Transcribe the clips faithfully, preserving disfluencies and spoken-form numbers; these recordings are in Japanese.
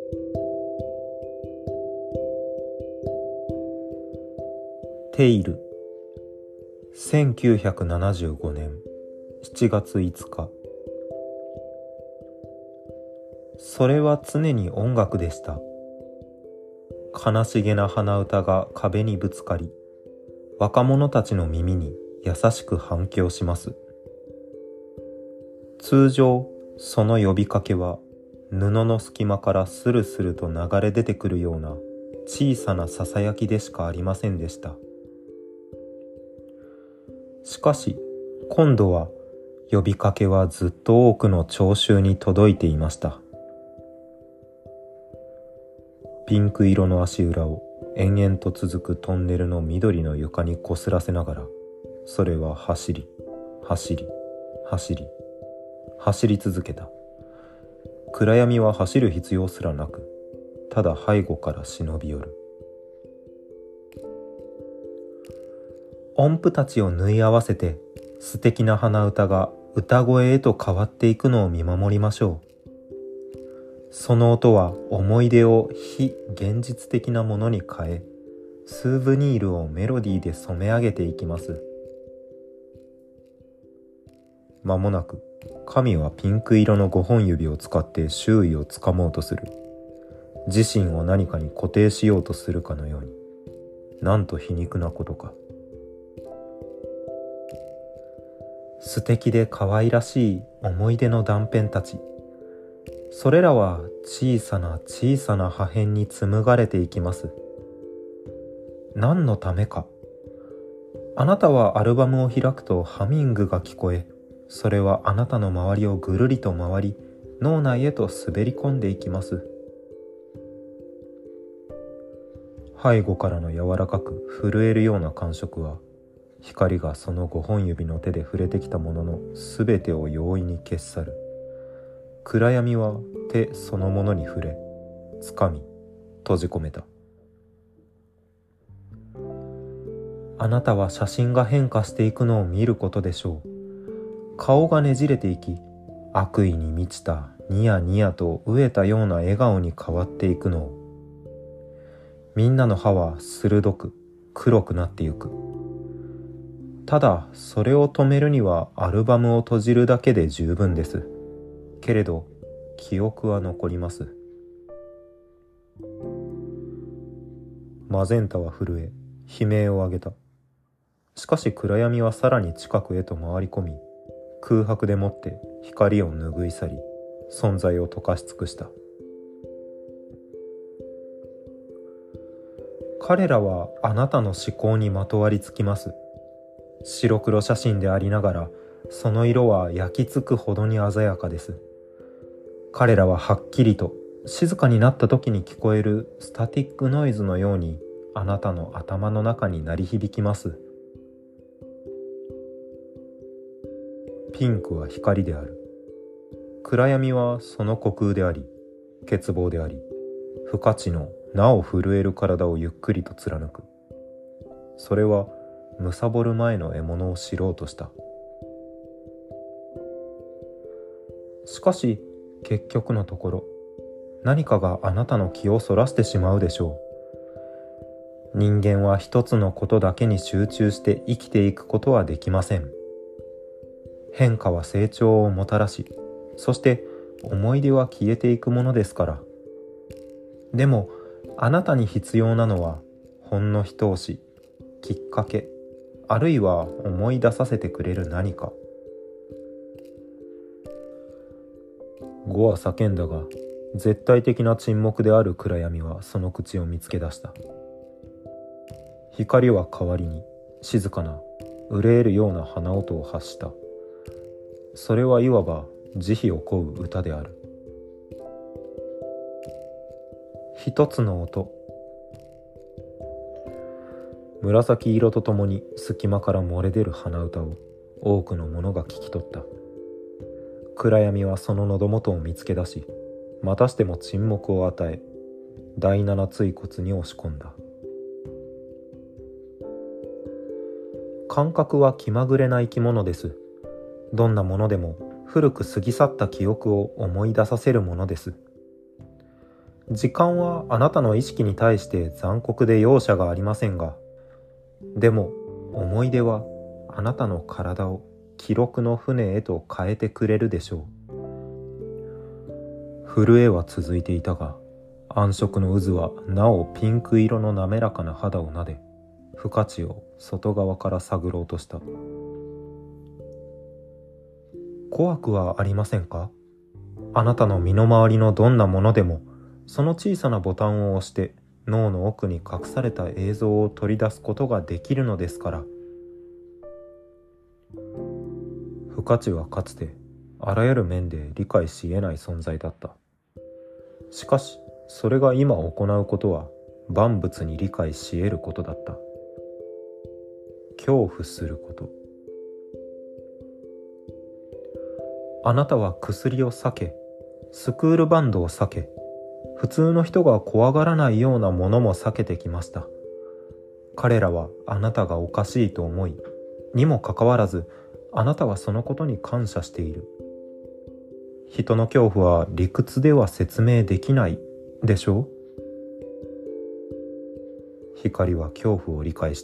テイルせんきゅうひゃくななじゅうごねんしちがついつか。それは常に音楽でした。悲しげな鼻歌が壁にぶつかり、若者たちの耳に優しく反響します。通常、その呼びかけは布の隙間からスルスルと流れ出てくるような小さなささやきでしかありませんでした。しかし、今度は呼びかけはずっと多くの聴衆に届いていました。ピンク色の足裏を延々と続くトンネルの緑の床にこすらせながら、それは走り、走り、走り、走り続けた。暗闇は走る必要すらなく、ただ背後から忍び寄る。音符たちを縫い合わせて素敵な鼻歌が歌声へと変わっていくのを見守りましょう。その音は思い出を非現実的なものに変え、スーブニールをメロディーで染め上げていきます。間もなく神はピンク色のごほん指を使って周囲をつかもうとする。自身を何かに固定しようとするかのように。なんと皮肉なことか。素敵で可愛らしい思い出の断片たち。それらは小さな小さな破片に紡がれていきます。何のためか。あなたはアルバムを開くとハミングが聞こえ、それはあなたの周りをぐるりと回り、脳内へと滑り込んでいきます。背後からの柔らかく震えるような感触は、光がそのごほん指の手で触れてきたもののすべてを容易に消し去る。暗闇は手そのものに触れ、つかみ、閉じ込めた。あなたは写真が変化していくのを見ることでしょう。顔がねじれていき、悪意に満ちたニヤニヤと飢えたような笑顔に変わっていくのを。みんなの歯は鋭く黒くなってゆく。ただそれを止めるにはアルバムを閉じるだけで十分です。けれど記憶は残ります。マゼンタは震え悲鳴を上げた。しかし暗闇はさらに近くへと回り込み、空白でもって光を拭い去り、存在を溶かし尽くした。彼らはあなたの思考にまとわりつきます。白黒写真でありながら、その色は焼き付くほどに鮮やかです。彼らははっきりと静かになった時に聞こえるスタティックノイズのようにあなたの頭の中に鳴り響きます。ピンクは光である。暗闇はその虚空であり、欠乏であり、不可知のなお震える体をゆっくりと貫く。それは貪る前の獲物を知ろうとした。しかし結局のところ、何かがあなたの気をそらしてしまうでしょう。人間は一つのことだけに集中して生きていくことはできません。変化は成長をもたらし、そして思い出は消えていくものですから。でもあなたに必要なのはほんの一押し、きっかけ、あるいは思い出させてくれる何か。ゴは叫んだが、絶対的な沈黙である暗闇はその口を見つけ出した。光は代わりに静かな憂えるような鼻音を発した。それはいわば慈悲を請う歌である。一つの音。紫色とともに隙間から漏れ出る鼻歌を多くの者が聞き取った。暗闇はその喉元を見つけ出し、またしても沈黙を与え、第七椎骨に押し込んだ。感覚は気まぐれな生き物です。どんなものでも古く過ぎ去った記憶を思い出させるものです。 時間はあなたの意識に対して残酷で容赦がありませんが、でも思い出はあなたの体を記録の船へと変えてくれるでしょう。震えは続いていたが、暗色の渦はなおピンク色の滑らかな肌を撫で、不可知を外側から探ろうとした。怖くはありませんか？あなたの身の回りのどんなものでも、その小さなボタンを押して脳の奥に隠された映像を取り出すことができるのですから。不可知はかつてあらゆる面で理解し得ない存在だった。しかしそれが今行うことは万物に理解し得ることだった。恐怖すること。あなたは薬を避け、スクールバンドを避け、普通の人が怖がらないようなものも避けてきました。彼らはあなたがおかしいと思い、にもかかわらず、あなたはそのことに感謝している。人の恐怖は理屈では説明できないでしょう？光は恐怖を理解した。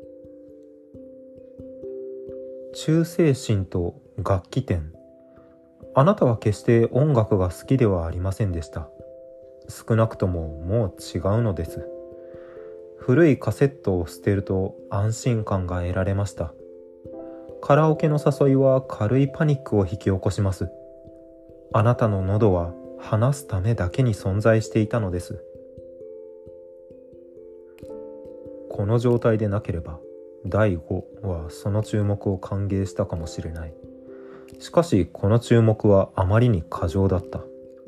忠誠心と楽器店。あなたは決して音楽が好きではありませんでした。少なくとももう違うのです。古いカセットを捨てると安心感が得られました。カラオケの誘いは軽いパニックを引き起こします。あなたの喉は話すためだけに存在していたのです。この状態でなければ、だいごはその注目を歓迎したかもしれない。しかしこの注目はあまりに過剰だった。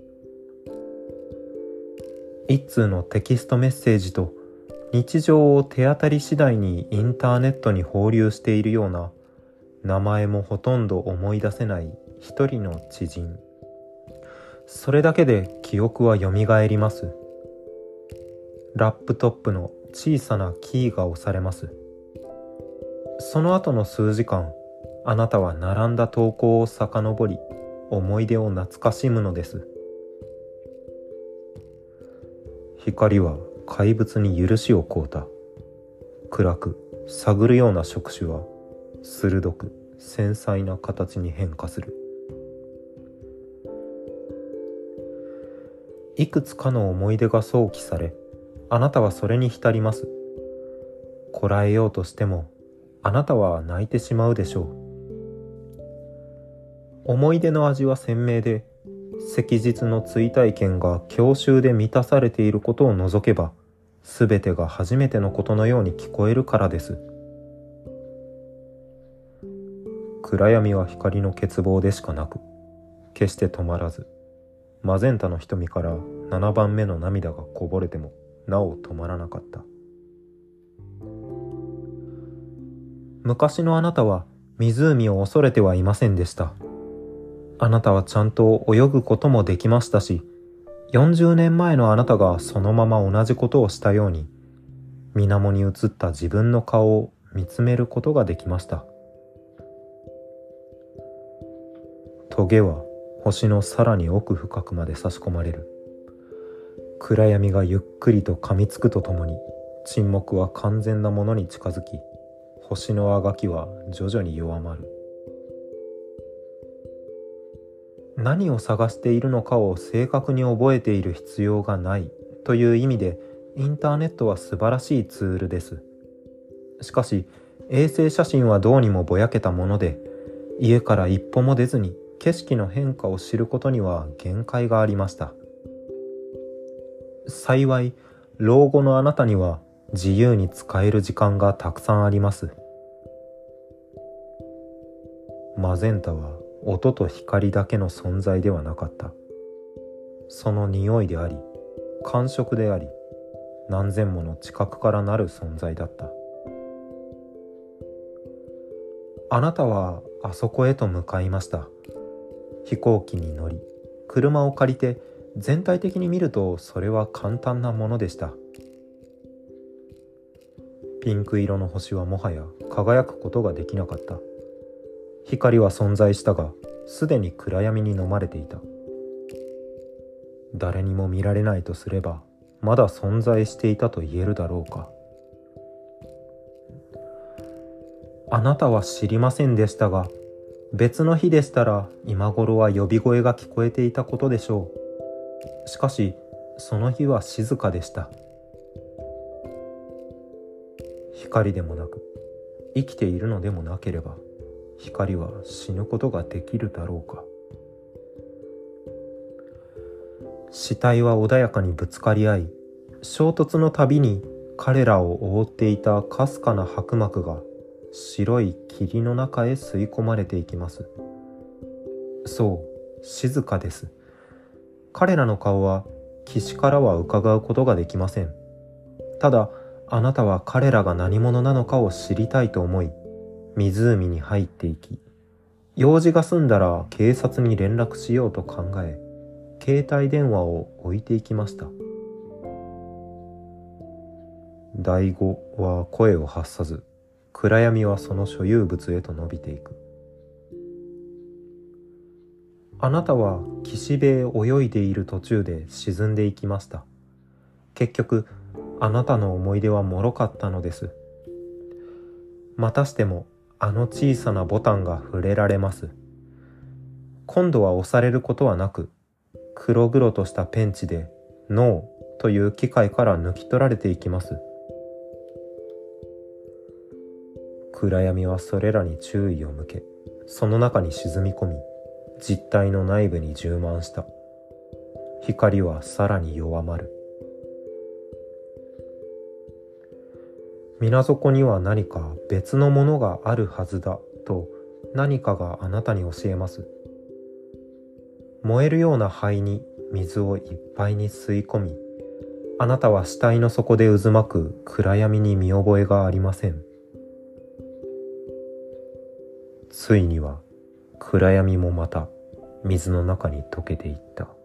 一通のテキストメッセージと日常を手当たり次第にインターネットに放流しているような、名前もほとんど思い出せない一人の知人。それだけで記憶はよみがえります。ラップトップの小さなキーが押されます。その後の数時間、あなたは並んだ投稿を遡り、思い出を懐かしむのです。光は怪物に許しを請うた。暗く、探るような触手は、鋭く、繊細な形に変化する。いくつかの思い出が想起され、あなたはそれに浸ります。こらえようとしても、あなたは泣いてしまうでしょう。思い出の味は鮮明で、昔日の追体験が郷愁で満たされていることを除けば、すべてが初めてのことのように聞こえるからです。暗闇は光の欠乏でしかなく、決して止まらず、マゼンタの瞳からななばんめの涙がこぼれてもなお止まらなかった。昔のあなたは湖を恐れてはいませんでした。あなたはちゃんと泳ぐこともできましたし、よんじゅうねんまえのあなたがそのまま同じことをしたように、水面に映った自分の顔を見つめることができました。トゲは星のさらに奥深くまで差し込まれる。暗闇がゆっくりと噛みつくとともに、沈黙は完全なものに近づき、星のあがきは徐々に弱まる。何を探しているのかを正確に覚えている必要がないという意味で、インターネットは素晴らしいツールです。しかし、衛星写真はどうにもぼやけたもので、家から一歩も出ずに景色の変化を知ることには限界がありました。幸い、老後のあなたには自由に使える時間がたくさんあります。マゼンタは音と光だけの存在ではなかった。その匂いであり、感触であり、何千もの知覚からなる存在だった。あなたはあそこへと向かいました。飛行機に乗り、車を借りて、全体的に見るとそれは簡単なものでした。ピンク色の星はもはや輝くことができなかった。光は存在したが、すでに暗闇に飲まれていた。 誰にも見られないとすればまだ存在していたと言えるだろうか。あなたは知りませんでしたが、別の日でしたら今頃は呼び声が聞こえていたことでしょう。しかしその日は静かでした。光でもなく生きているのでもなければ、光は死ぬことができるだろうか。死体は穏やかにぶつかり合い、衝突のたびに彼らを覆っていたかすかな薄膜が白い霧の中へ吸い込まれていきます。そう、静かです。彼らの顔は岸からは伺うことができません。ただ、あなたは彼らが何者なのかを知りたいと思い、湖に入っていき、用事が済んだら警察に連絡しようと考え、携帯電話を置いていきました。第五は声を発さず、暗闇はその所有物へと伸びていく。あなたは岸辺へ泳いでいる途中で沈んでいきました。結局、あなたの思い出は脆かったのです。またしても、あの小さなボタンが触れられます。今度は押されることはなく、黒々としたペンチでノーという機械から抜き取られていきます。暗闇はそれらに注意を向け、その中に沈み込み、実体の内部に充満した。光はさらに弱まる。水底には何か別のものがあるはずだと何かがあなたに教えます。燃えるような灰に水をいっぱいに吸い込み、あなたは死体の底で渦巻く暗闇に見覚えがありません。ついには暗闇もまた水の中に溶けていった。